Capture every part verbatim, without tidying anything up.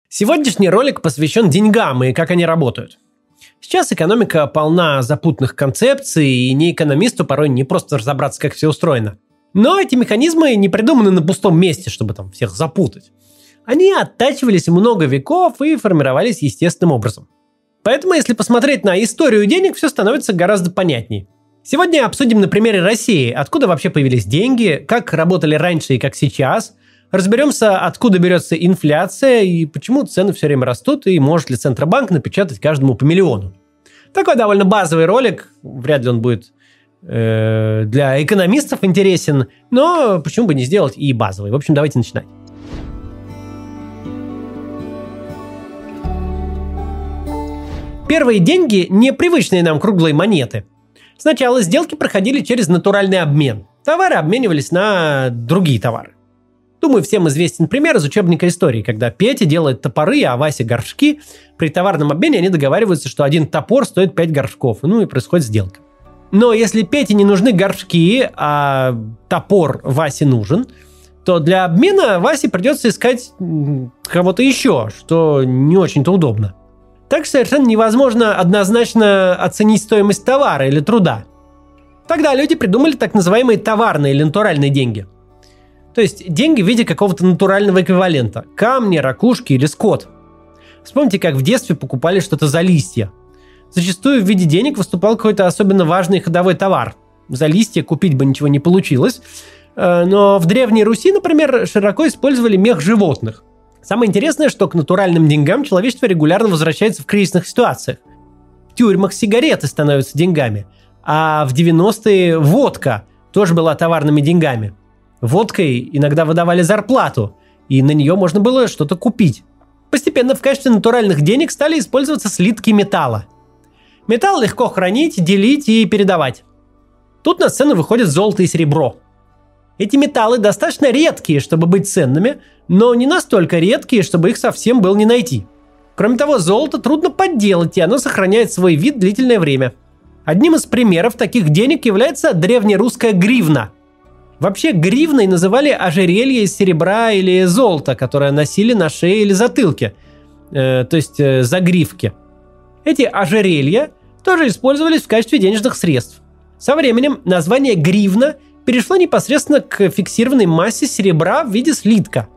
Сегодняшний ролик посвящен деньгам и как они работают. Сейчас экономика полна запутанных концепций, и не экономисту порой не просто разобраться, как все устроено. Но эти механизмы не придуманы на пустом месте, чтобы там всех запутать. Они оттачивались много веков и формировались естественным образом. Поэтому, если посмотреть на историю денег, все становится гораздо понятнее. Сегодня обсудим на примере России, откуда вообще появились деньги, как работали раньше и как сейчас. Разберемся, откуда берется инфляция и почему цены все время растут, и может ли Центробанк напечатать каждому по миллиону. Такой довольно базовый ролик, вряд ли он будет э, для экономистов интересен, но почему бы не сделать и базовый. В общем, давайте начинать. Первые деньги – непривычные нам круглые монеты. Сначала сделки проходили через натуральный обмен. Товары обменивались на другие товары. Думаю, всем известен пример из учебника истории, когда Петя делает топоры, а Вася горшки. При товарном обмене они договариваются, что один топор стоит пять горшков, ну и происходит сделка. Но если Пете не нужны горшки, а топор Васе нужен, то для обмена Васе придется искать кого-то еще, что не очень-то удобно. Так что совершенно невозможно однозначно оценить стоимость товара или труда. Тогда люди придумали так называемые товарные или натуральные деньги. То есть деньги в виде какого-то натурального эквивалента. Камни, ракушки или скот. Вспомните, как в детстве покупали что-то за листья. Зачастую в виде денег выступал какой-то особенно важный ходовой товар. За листья купить бы ничего не получилось. Но в Древней Руси, например, широко использовали мех животных. Самое интересное, что к натуральным деньгам человечество регулярно возвращается в кризисных ситуациях. В тюрьмах сигареты становятся деньгами, а в девяностые водка тоже была товарными деньгами. Водкой иногда выдавали зарплату, и на нее можно было что-то купить. Постепенно в качестве натуральных денег стали использоваться слитки металла. Металл легко хранить, делить и передавать. Тут на сцену выходят золото и серебро. Эти металлы достаточно редкие, чтобы быть ценными, но не настолько редкие, чтобы их совсем было не найти. Кроме того, золото трудно подделать, и оно сохраняет свой вид длительное время. Одним из примеров таких денег является древнерусская гривна. Вообще гривной называли ожерелье из серебра или золота, которое носили на шее или затылке, э, то есть э, загривки. Эти ожерелья тоже использовались в качестве денежных средств. Со временем название гривна перешло непосредственно к фиксированной массе серебра в виде слитка.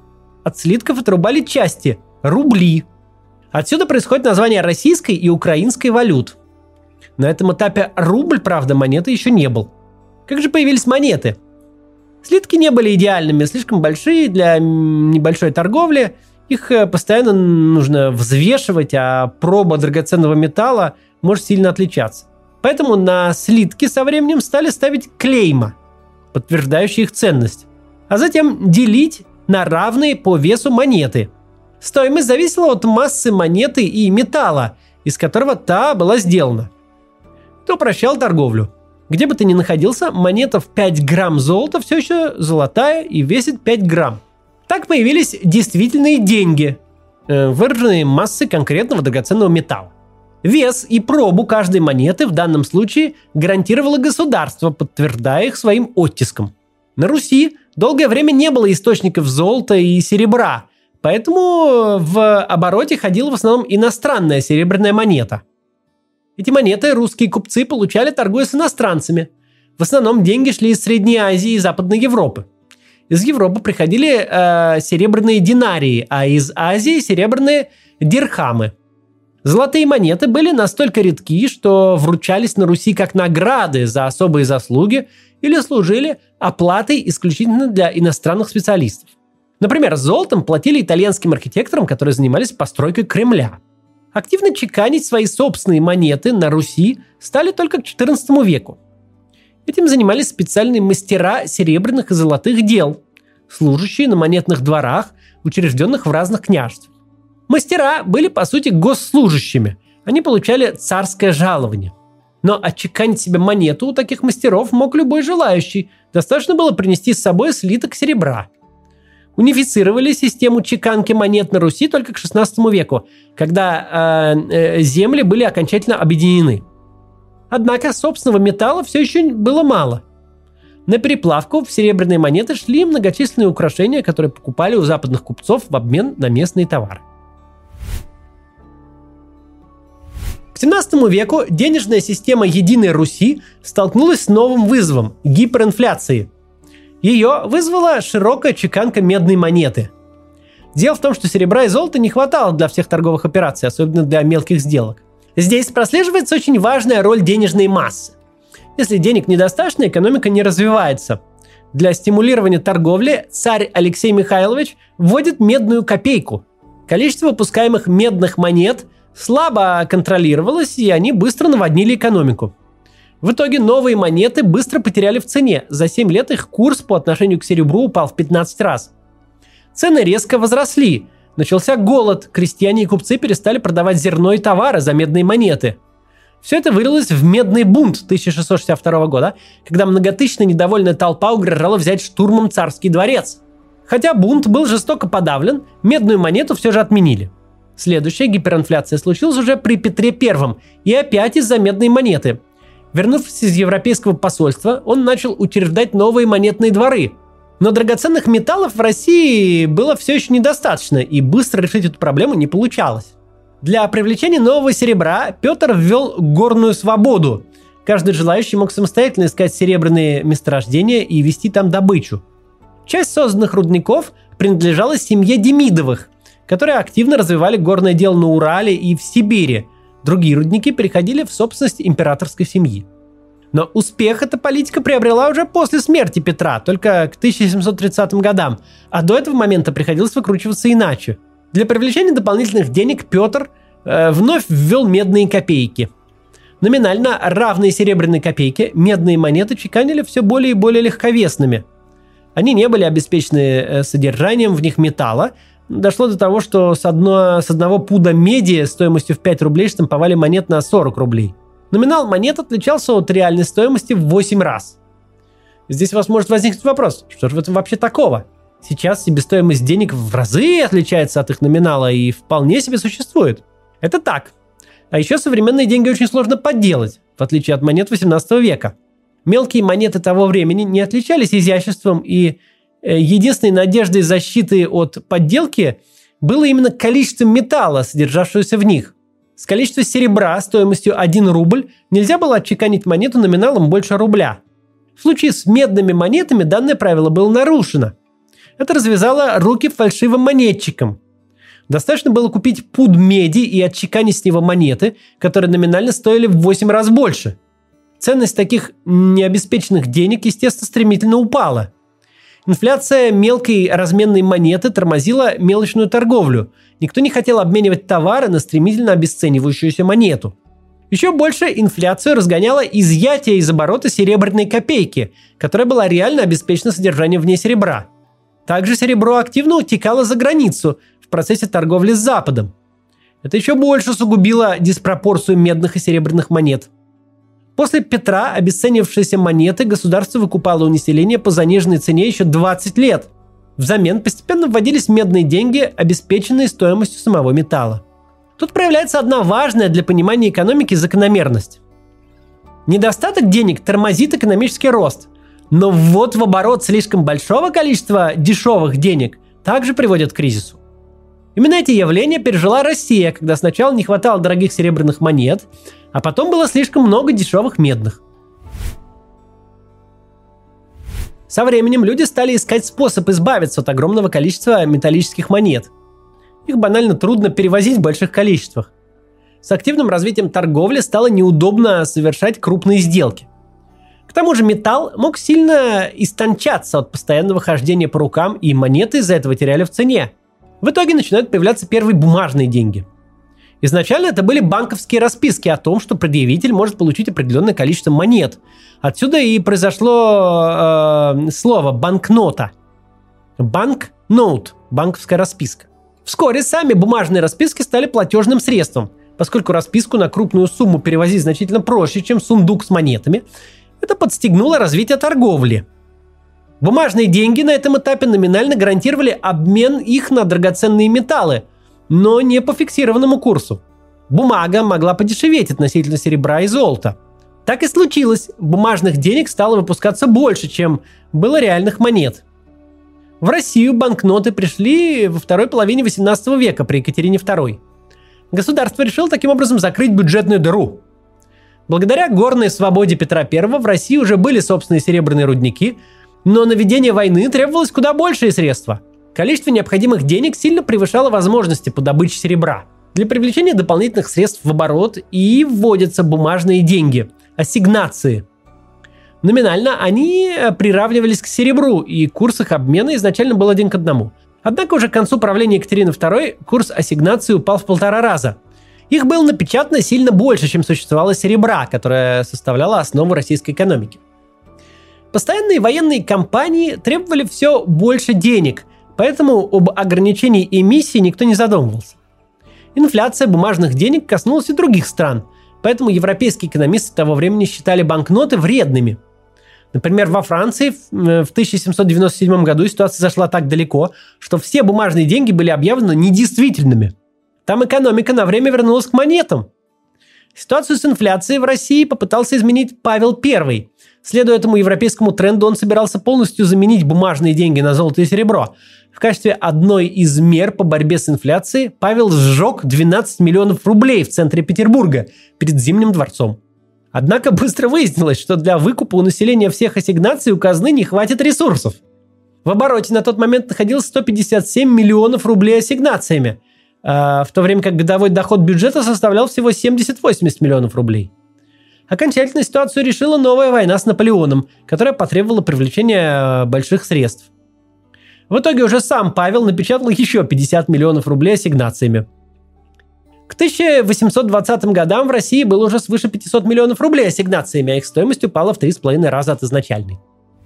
От слитков отрубали части – рубли. Отсюда происходит название российской и украинской валют. На этом этапе рубль, правда, монеты еще не был. Как же появились монеты? Слитки не были идеальными, слишком большие для небольшой торговли. Их постоянно нужно взвешивать, а проба драгоценного металла может сильно отличаться. Поэтому на слитки со временем стали ставить клейма, подтверждающие их ценность, а затем делить на равные по весу монеты. Стоимость зависела от массы монеты и металла, из которого та была сделана. Это упрощало торговлю. Где бы ты ни находился, монета в пять грамм золота все еще золотая и весит пять грамм. Так появились действительные деньги, выраженные массой конкретного драгоценного металла. Вес и пробу каждой монеты в данном случае гарантировало государство, подтверждая их своим оттиском. На Руси долгое время не было источников золота и серебра, поэтому в обороте ходила в основном иностранная серебряная монета. Эти монеты русские купцы получали, торгуя с иностранцами. В основном деньги шли из Средней Азии и Западной Европы. Из Европы приходили э, серебряные динарии, а из Азии серебряные дирхамы. Золотые монеты были настолько редки, что вручались на Руси как награды за особые заслуги или служили оплатой исключительно для иностранных специалистов. Например, золотом платили итальянским архитекторам, которые занимались постройкой Кремля. Активно чеканить свои собственные монеты на Руси стали только к четырнадцатому веку. Этим занимались специальные мастера серебряных и золотых дел, служащие на монетных дворах, учрежденных в разных княжествах. Мастера были, по сути, госслужащими. Они получали царское жалование. Но отчеканить себе монету у таких мастеров мог любой желающий. Достаточно было принести с собой слиток серебра. Унифицировали систему чеканки монет на Руси только к шестнадцатому веку, когда э, э, земли были окончательно объединены. Однако собственного металла все еще было мало. На переплавку в серебряные монеты шли многочисленные украшения, которые покупали у западных купцов в обмен на местные товары. К семнадцатому веку денежная система Единой Руси столкнулась с новым вызовом – гиперинфляцией. Ее вызвала широкая чеканка медной монеты. Дело в том, что серебра и золота не хватало для всех торговых операций, особенно для мелких сделок. Здесь прослеживается очень важная роль денежной массы. Если денег недостаточно, экономика не развивается. Для стимулирования торговли царь Алексей Михайлович вводит медную копейку. Количество выпускаемых медных монет слабо контролировалось, и они быстро наводнили экономику. В итоге новые монеты быстро потеряли в цене. За семь лет их курс по отношению к серебру упал в пятнадцать раз. Цены резко возросли. Начался голод. Крестьяне и купцы перестали продавать зерно и товары за медные монеты. Все это вылилось в медный бунт тысяча шестьсот шестьдесят второго года, когда многотысячная недовольная толпа угрожала взять штурмом царский дворец. Хотя бунт был жестоко подавлен, медную монету все же отменили. Следующая гиперинфляция случилась уже при Петре Первом, и опять из-за медной монеты. Вернувшись из европейского посольства, он начал учреждать новые монетные дворы. Но драгоценных металлов в России было все еще недостаточно, и быстро решить эту проблему не получалось. Для привлечения нового серебра Петр ввел горную свободу. Каждый желающий мог самостоятельно искать серебряные месторождения и вести там добычу. Часть созданных рудников принадлежала семье Демидовых, которые активно развивали горное дело на Урале и в Сибири. Другие рудники переходили в собственность императорской семьи. Но успех эта политика приобрела уже после смерти Петра, только к тысяча семьсот тридцатым годам, а до этого момента приходилось выкручиваться иначе. Для привлечения дополнительных денег Петр э, вновь ввел медные копейки. Номинально равные серебряной копейке, медные монеты чеканили все более и более легковесными. Они не были обеспечены э, содержанием в них металла. Дошло до того, что с, одно, с одного пуда меди стоимостью в пять рублей штамповали монет на сорок рублей. Номинал монет отличался от реальной стоимости в восемь раз. Здесь у вас может возникнуть вопрос, что же в этом вообще такого? Сейчас себестоимость денег в разы отличается от их номинала и вполне себе существует. Это так. А еще современные деньги очень сложно подделать, в отличие от монет восемнадцатого века. Мелкие монеты того времени не отличались изяществом, и единственной надеждой защиты от подделки было именно количество металла, содержавшегося в них. С количества серебра стоимостью один рубль нельзя было отчеканить монету номиналом больше рубля. В случае с медными монетами данное правило было нарушено. Это развязало руки фальшивым монетчикам. Достаточно было купить пуд меди и отчеканить с него монеты, которые номинально стоили в восемь раз больше. Ценность таких необеспеченных денег, естественно, стремительно упала. Инфляция мелкой разменной монеты тормозила мелочную торговлю. Никто не хотел обменивать товары на стремительно обесценивающуюся монету. Еще больше инфляцию разгоняло изъятие из оборота серебряной копейки, которая была реально обеспечена содержанием в ней серебра. Также серебро активно утекало за границу в процессе торговли с Западом. Это еще больше усугубило диспропорцию медных и серебряных монет. После Петра обесценившиеся монеты государство выкупало у населения по заниженной цене еще двадцать лет. Взамен постепенно вводились медные деньги, обеспеченные стоимостью самого металла. Тут проявляется одна важная для понимания экономики закономерность. Недостаток денег тормозит экономический рост, но ввод в оборот слишком большого количества дешевых денег также приводит к кризису. Именно эти явления пережила Россия, когда сначала не хватало дорогих серебряных монет, а потом было слишком много дешевых медных. Со временем люди стали искать способ избавиться от огромного количества металлических монет. Их банально трудно перевозить в больших количествах. С активным развитием торговли стало неудобно совершать крупные сделки. К тому же металл мог сильно истончаться от постоянного хождения по рукам, и монеты из-за этого теряли в цене. В итоге начинают появляться первые бумажные деньги. Изначально это были банковские расписки о том, что предъявитель может получить определенное количество монет. Отсюда и произошло э, слово «банкнота». Банкноут – банковская расписка. Вскоре сами бумажные расписки стали платежным средством, поскольку расписку на крупную сумму перевозить значительно проще, чем сундук с монетами. Это подстегнуло развитие торговли. Бумажные деньги на этом этапе номинально гарантировали обмен их на драгоценные металлы, но не по фиксированному курсу. Бумага могла подешеветь относительно серебра и золота. Так и случилось, бумажных денег стало выпускаться больше, чем было реальных монет. В Россию банкноты пришли во второй половине восемнадцатого века при Екатерине второй. Государство решило таким образом закрыть бюджетную дыру. Благодаря горной свободе Петра Первого в России уже были собственные серебряные рудники, но на ведение войны требовалось куда большие средства. Количество необходимых денег сильно превышало возможности по добыче серебра. Для привлечения дополнительных средств в оборот и вводятся бумажные деньги – ассигнации. Номинально они приравнивались к серебру, и курс их обмена изначально был один к одному. Однако уже к концу правления Екатерины Второй курс ассигнаций упал в полтора раза. Их было напечатано сильно больше, чем существовало серебра, которое составляло основу российской экономики. Постоянные военные кампании требовали все больше денег, поэтому об ограничении эмиссии никто не задумывался. Инфляция бумажных денег коснулась и других стран, поэтому европейские экономисты того времени считали банкноты вредными. Например, во Франции в тысяча семьсот девяносто седьмом году ситуация зашла так далеко, что все бумажные деньги были объявлены недействительными. Там экономика на время вернулась к монетам. Ситуацию с инфляцией в России попытался изменить Павел Первый. Следуя этому европейскому тренду, он собирался полностью заменить бумажные деньги на золото и серебро. В качестве одной из мер по борьбе с инфляцией Павел сжег двенадцать миллионов рублей в центре Петербурга перед Зимним дворцом. Однако быстро выяснилось, что для выкупа у населения всех ассигнаций у казны не хватит ресурсов. В обороте на тот момент находилось сто пятьдесят семь миллионов рублей ассигнациями, в то время как годовой доход бюджета составлял всего семьдесят-восемьдесят миллионов рублей. Окончательно ситуацию решила новая война с Наполеоном, которая потребовала привлечения больших средств. В итоге уже сам Павел напечатал еще пятьдесят миллионов рублей ассигнациями. К тысяча восемьсот двадцатым годам в России было уже свыше пятьсот миллионов рублей ассигнациями, а их стоимость упала в три с половиной раза от изначальной.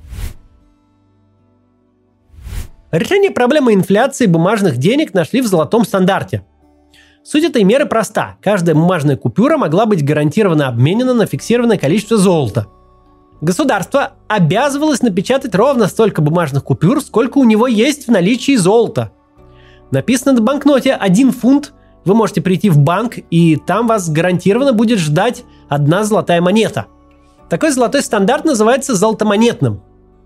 Решение проблемы инфляции бумажных денег нашли в золотом стандарте. Суть этой меры проста. Каждая бумажная купюра могла быть гарантированно обменена на фиксированное количество золота. Государство обязывалось напечатать ровно столько бумажных купюр, сколько у него есть в наличии золота. Написано на банкноте один фунт, вы можете прийти в банк, и там вас гарантированно будет ждать одна золотая монета. Такой золотой стандарт называется золотомонетным.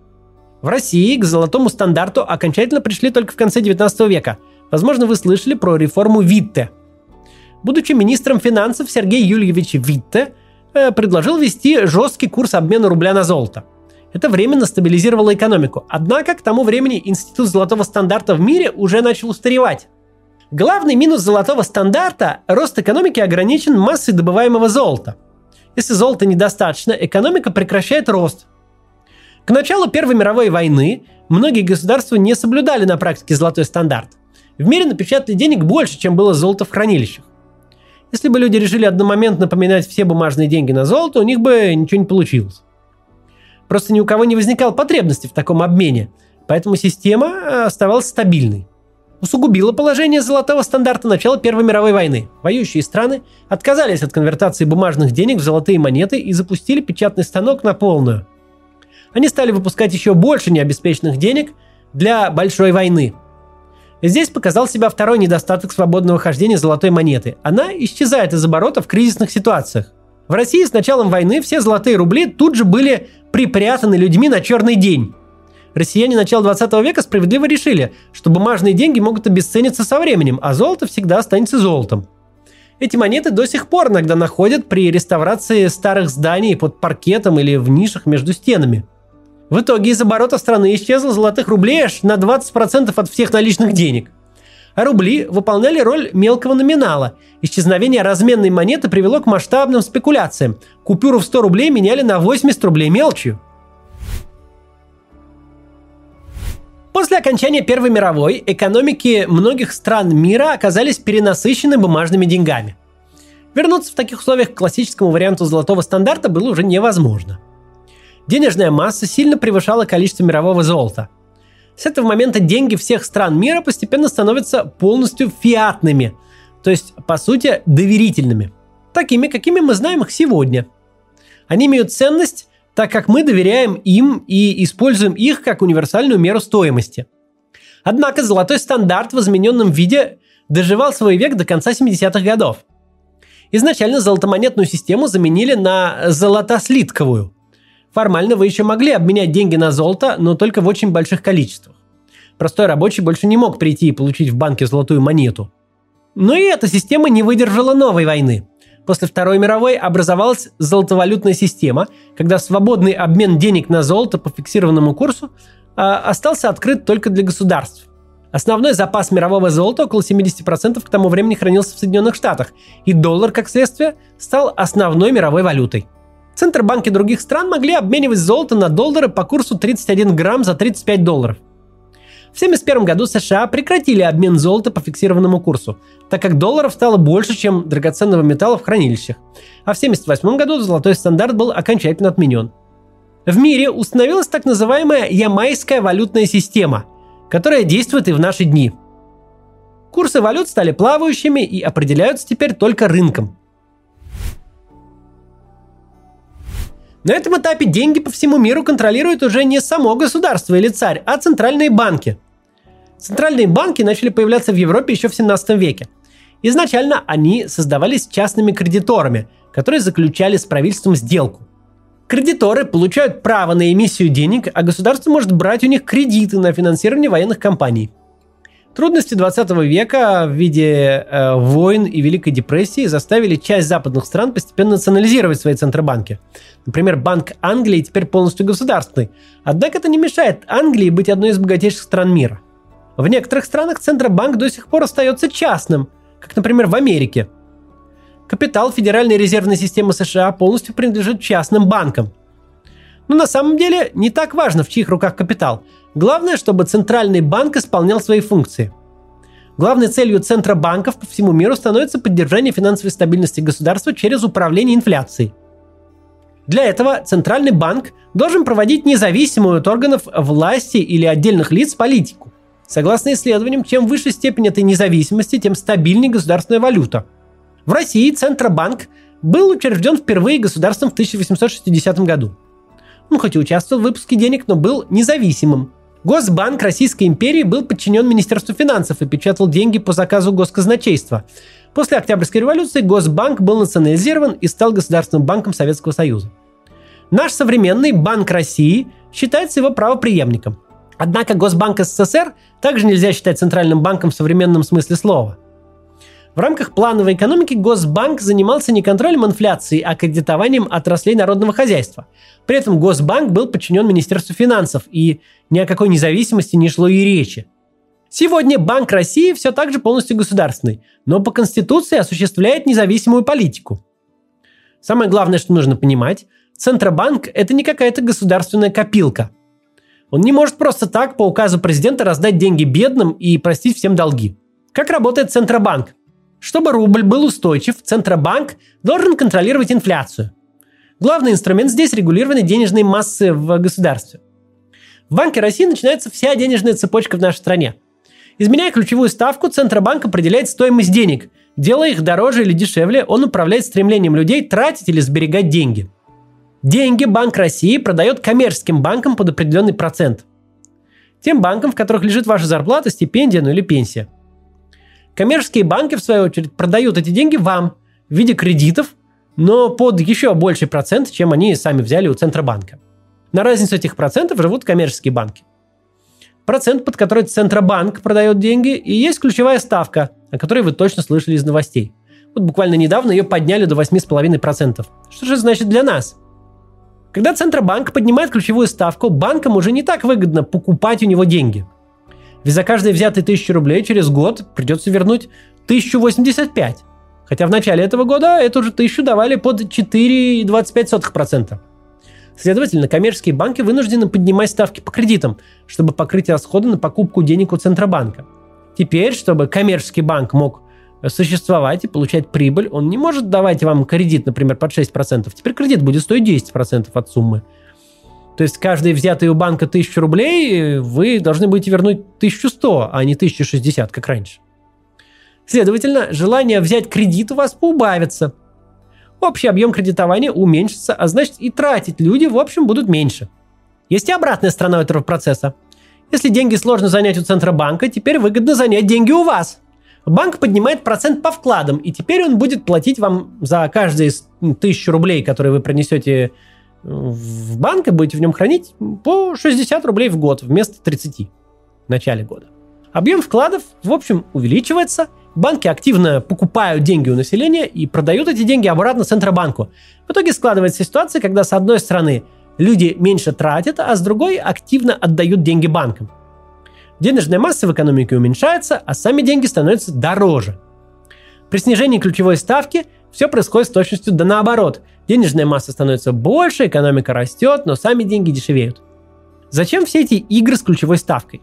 В России к золотому стандарту окончательно пришли только в конце девятнадцатого века. Возможно, вы слышали про реформу Витте. Будучи министром финансов, Сергей Юльевич Витте э, предложил ввести жесткий курс обмена рубля на золото. Это временно стабилизировало экономику. Однако к тому времени институт золотого стандарта в мире уже начал устаревать. Главный минус золотого стандарта – рост экономики ограничен массой добываемого золота. Если золота недостаточно, экономика прекращает рост. К началу Первой мировой войны многие государства не соблюдали на практике золотой стандарт. В мире напечатали денег больше, чем было золота в хранилищах. Если бы люди решили одномоментно поменять все бумажные деньги на золото, у них бы ничего не получилось. Просто ни у кого не возникало потребности в таком обмене, поэтому система оставалась стабильной. Усугубило положение золотого стандарта начало Первой мировой войны. Воюющие страны отказались от конвертации бумажных денег в золотые монеты и запустили печатный станок на полную. Они стали выпускать еще больше необеспеченных денег для большой войны. Здесь показал себя второй недостаток свободного хождения золотой монеты. Она исчезает из оборота в кризисных ситуациях. В России с началом войны все золотые рубли тут же были припрятаны людьми на черный день. Россияне начала двадцатого века справедливо решили, что бумажные деньги могут обесцениться со временем, а золото всегда останется золотом. Эти монеты до сих пор иногда находят при реставрации старых зданий под паркетом или в нишах между стенами. В итоге из оборота страны исчезло золотых рублей аж на двадцать процентов от всех наличных денег. А рубли выполняли роль мелкого номинала. Исчезновение разменной монеты привело к масштабным спекуляциям. Купюру в сто рублей меняли на восемьдесят рублей мелочью. После окончания Первой мировой экономики многих стран мира оказались перенасыщены бумажными деньгами. Вернуться в таких условиях к классическому варианту золотого стандарта было уже невозможно. Денежная масса сильно превышала количество мирового золота. С этого момента деньги всех стран мира постепенно становятся полностью фиатными, то есть, по сути, доверительными. Такими, какими мы знаем их сегодня. Они имеют ценность, так как мы доверяем им и используем их как универсальную меру стоимости. Однако золотой стандарт в измененном виде доживал свой век до конца семидесятых годов. Изначально золотомонетную систему заменили на золотослитковую. Формально вы еще могли обменять деньги на золото, но только в очень больших количествах. Простой рабочий больше не мог прийти и получить в банке золотую монету. Но и эта система не выдержала новой войны. После Второй мировой образовалась золотовалютная система, когда свободный обмен денег на золото по фиксированному курсу а, остался открыт только для государств. Основной запас мирового золота, около семьдесят процентов, к тому времени хранился в Соединенных Штатах, и доллар, как следствие, стал основной мировой валютой. Центробанки других стран могли обменивать золото на доллары по курсу тридцать один грамм за тридцать пять долларов. В тысяча девятьсот семьдесят первом году США прекратили обмен золота по фиксированному курсу, так как долларов стало больше, чем драгоценного металла в хранилищах. А в тысяча девятьсот семьдесят восьмом году золотой стандарт был окончательно отменен. В мире установилась так называемая ямайская валютная система, которая действует и в наши дни. Курсы валют стали плавающими и определяются теперь только рынком. На этом этапе деньги по всему миру контролирует уже не само государство или царь, а центральные банки. Центральные банки начали появляться в Европе еще в семнадцатом веке. Изначально они создавались частными кредиторами, которые заключали с правительством сделку. Кредиторы получают право на эмиссию денег, а государство может брать у них кредиты на финансирование военных кампаний. Трудности двадцатого века в виде э, войн и Великой депрессии заставили часть западных стран постепенно национализировать свои центробанки. Например, Банк Англии теперь полностью государственный. Однако это не мешает Англии быть одной из богатейших стран мира. В некоторых странах Центробанк до сих пор остается частным, как, например, в Америке. Капитал Федеральной резервной системы США полностью принадлежит частным банкам. Но на самом деле не так важно, в чьих руках капитал. Главное, чтобы Центральный банк исполнял свои функции. Главной целью центробанков по всему миру становится поддержание финансовой стабильности государства через управление инфляцией. Для этого Центральный банк должен проводить независимую от органов власти или отдельных лиц политику. Согласно исследованиям, чем выше степень этой независимости, тем стабильнее государственная валюта. В России Центробанк был учрежден впервые государством в тысяча восемьсот шестидесятом году. Он хоть и участвовал в выпуске денег, но был независимым. Госбанк Российской империи был подчинен Министерству финансов и печатал деньги по заказу Госказначейства. После Октябрьской революции Госбанк был национализирован и стал Государственным банком Советского Союза. Наш современный Банк России считается его правопреемником. Однако Госбанк СССР также нельзя считать центральным банком в современном смысле слова. В рамках плановой экономики Госбанк занимался не контролем инфляции, а кредитованием отраслей народного хозяйства. При этом Госбанк был подчинен Министерству финансов, и ни о какой независимости не шло и речи. Сегодня Банк России все так же полностью государственный, но по Конституции осуществляет независимую политику. Самое главное, что нужно понимать, Центробанк – это не какая-то государственная копилка. Он не может просто так по указу президента раздать деньги бедным и простить всем долги. Как работает Центробанк? Чтобы рубль был устойчив, Центробанк должен контролировать инфляцию. Главный инструмент здесь – регулирование денежной массы в государстве. В Банке России начинается вся денежная цепочка в нашей стране. Изменяя ключевую ставку, Центробанк определяет стоимость денег. Делая их дороже или дешевле, он управляет стремлением людей тратить или сберегать деньги. Деньги Банк России продает коммерческим банкам под определенный процент. Тем банкам, в которых лежит ваша зарплата, стипендия, ну или пенсия. Коммерческие банки, в свою очередь, продают эти деньги вам в виде кредитов, но под еще больший процент, чем они сами взяли у Центробанка. На разницу этих процентов живут коммерческие банки. Процент, под который Центробанк продает деньги, и есть ключевая ставка, о которой вы точно слышали из новостей. Вот буквально недавно ее подняли до восемь целых пять десятых процента. Что же это значит для нас? Когда Центробанк поднимает ключевую ставку, банкам уже не так выгодно покупать у него деньги. Ведь за каждые взятые тысячу рублей через год придется вернуть тысячу восемьдесят пять. Хотя в начале этого года эту же тысячу давали под четыре целых двадцать пять сотых процента. Следовательно, коммерческие банки вынуждены поднимать ставки по кредитам, чтобы покрыть расходы на покупку денег у Центробанка. Теперь, чтобы коммерческий банк мог существовать и получать прибыль, он не может давать вам кредит, например, под шесть процентов. Теперь кредит будет стоить десять процентов от суммы. То есть каждый взятый у банка тысячу рублей вы должны будете вернуть тысячу сто, а не тысячу шестьдесят, как раньше. Следовательно, желание взять кредит у вас поубавится. Общий объем кредитования уменьшится, а значит и тратить люди в общем будут меньше. Есть и обратная сторона этого процесса. Если деньги сложно занять у Центробанка, теперь выгодно занять деньги у вас. Банк поднимает процент по вкладам, и теперь он будет платить вам за каждые тысячу рублей, которые вы принесете в банк и будете в нем хранить, по шестьдесят рублей в год вместо тридцати в начале года. Объем вкладов, в общем, увеличивается, Банки активно покупают деньги у населения и продают эти деньги обратно Центробанку. В итоге складывается ситуация, когда с одной стороны люди меньше тратят, а с другой активно отдают деньги банкам. Денежная масса в экономике уменьшается, а сами деньги становятся дороже. При снижении ключевой ставки все происходит с точностью да наоборот. Денежная масса становится больше, экономика растет, но сами деньги дешевеют. Зачем все эти игры с ключевой ставкой?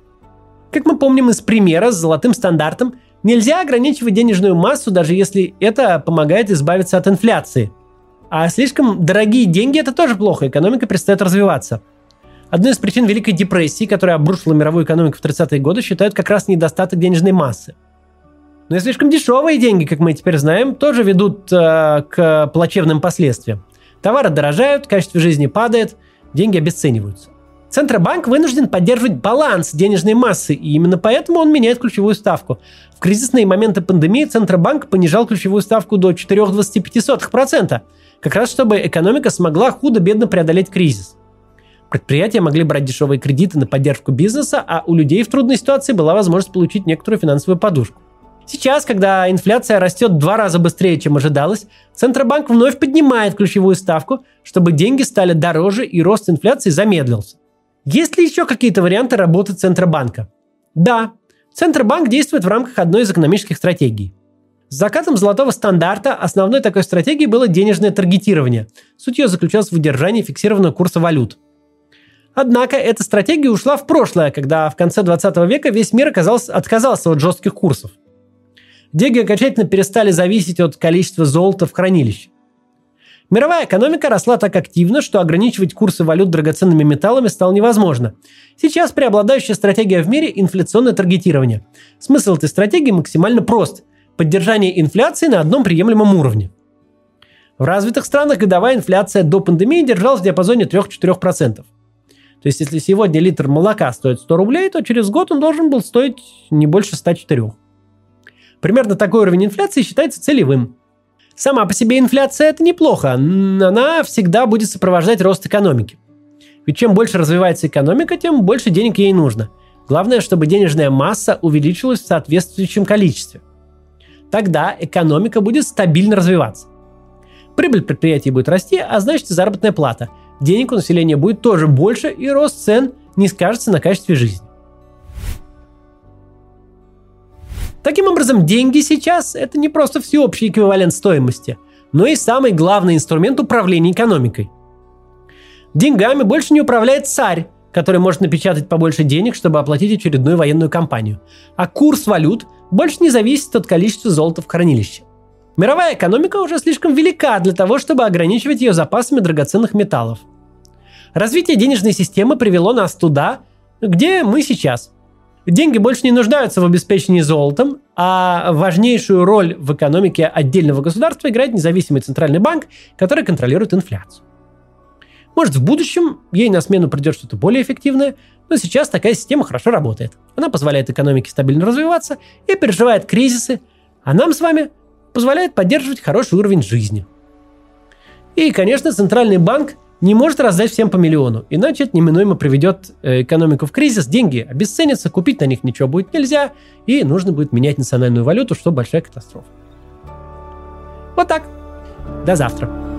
Как мы помним из примера с золотым стандартом, нельзя ограничивать денежную массу, даже если это помогает избавиться от инфляции. А слишком дорогие деньги – это тоже плохо, экономика перестает развиваться. Одной из причин Великой депрессии, которая обрушила мировую экономику в тридцатые годы, считают как раз недостаток денежной массы. Но и слишком дешевые деньги, как мы теперь знаем, тоже ведут э, к плачевным последствиям. Товары дорожают, качество жизни падает, деньги обесцениваются. Центробанк вынужден поддерживать баланс денежной массы, и именно поэтому он меняет ключевую ставку. В кризисные моменты пандемии Центробанк понижал ключевую ставку до четыре целых двадцать пять сотых процента, как раз чтобы экономика смогла худо-бедно преодолеть кризис. Предприятия могли брать дешевые кредиты на поддержку бизнеса, а у людей в трудной ситуации была возможность получить некоторую финансовую подушку. Сейчас, когда инфляция растет в два раза быстрее, чем ожидалось, Центробанк вновь поднимает ключевую ставку, чтобы деньги стали дороже и рост инфляции замедлился. Есть ли еще какие-то варианты работы Центробанка? Да, Центробанк действует в рамках одной из экономических стратегий. С закатом золотого стандарта основной такой стратегией было денежное таргетирование. Суть ее заключалась в удержании фиксированного курса валют. Однако эта стратегия ушла в прошлое, когда в конце двадцатого века весь мир оказался, отказался от жестких курсов. Деньги окончательно перестали зависеть от количества золота в хранилище. Мировая экономика росла так активно, что ограничивать курсы валют драгоценными металлами стало невозможно. Сейчас преобладающая стратегия в мире – инфляционное таргетирование. Смысл этой стратегии максимально прост – поддержание инфляции на одном приемлемом уровне. В развитых странах годовая инфляция до пандемии держалась в диапазоне три-четыре процента. То есть, если сегодня литр молока стоит сто рублей, то через год он должен был стоить не больше ста четырёх. Примерно такой уровень инфляции считается целевым. Сама по себе инфляция – это неплохо, она всегда будет сопровождать рост экономики. Ведь чем больше развивается экономика, тем больше денег ей нужно. Главное, чтобы денежная масса увеличилась в соответствующем количестве. Тогда экономика будет стабильно развиваться. Прибыль предприятий будет расти, а значит и заработная плата. Денег у населения будет тоже больше, и рост цен не скажется на качестве жизни. Таким образом, деньги сейчас – это не просто всеобщий эквивалент стоимости, но и самый главный инструмент управления экономикой. Деньгами больше не управляет царь, который может напечатать побольше денег, чтобы оплатить очередную военную кампанию. А курс валют больше не зависит от количества золота в хранилище. Мировая экономика уже слишком велика для того, чтобы ограничивать ее запасами драгоценных металлов. Развитие денежной системы привело нас туда, где мы сейчас. Деньги больше не нуждаются в обеспечении золотом, а важнейшую роль в экономике отдельного государства играет независимый центральный банк, который контролирует инфляцию. Может, в будущем ей на смену придет что-то более эффективное, но сейчас такая система хорошо работает. Она позволяет экономике стабильно развиваться и переживает кризисы, а нам с вами позволяет поддерживать хороший уровень жизни. И, конечно, центральный банк не может раздать всем по миллиону, иначе это неминуемо приведет экономику в кризис, деньги обесценятся, купить на них ничего будет нельзя, и нужно будет менять национальную валюту, что большая катастрофа. Вот так. До завтра.